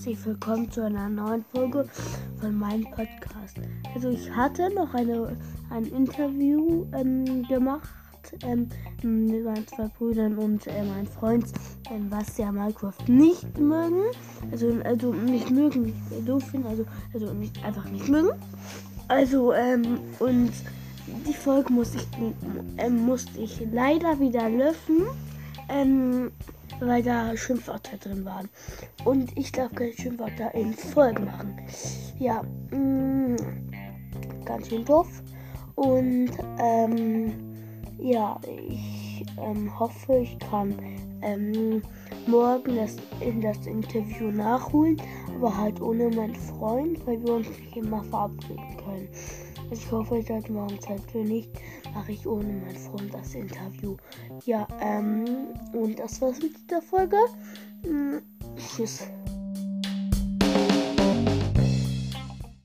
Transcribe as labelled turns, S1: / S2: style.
S1: herzlich willkommen zu einer neuen Folge von meinem Podcast. Also ich hatte noch ein Interview gemacht mit meinen zwei Brüdern und meinem Freund, was ja Minecraft nicht mögen. Also nicht mögen, nicht doof finden, also nicht, einfach nicht mögen. Und die Folge musste ich leider wieder löschen, weil da Schimpfwörter drin waren. Und ich darf keine Schimpfwörter in Folgen machen. Ja, ganz schön doof. Und ja, ich hoffe, ich kann morgen das Interview nachholen, aber halt ohne meinen Freund, weil wir uns nicht immer verabreden können. Also ich hoffe, ich hatte morgen Zeit. Wenn nicht, mache ich ohne meinen Freund das Interview. Ja, und das war's mit der Folge. Tschüss.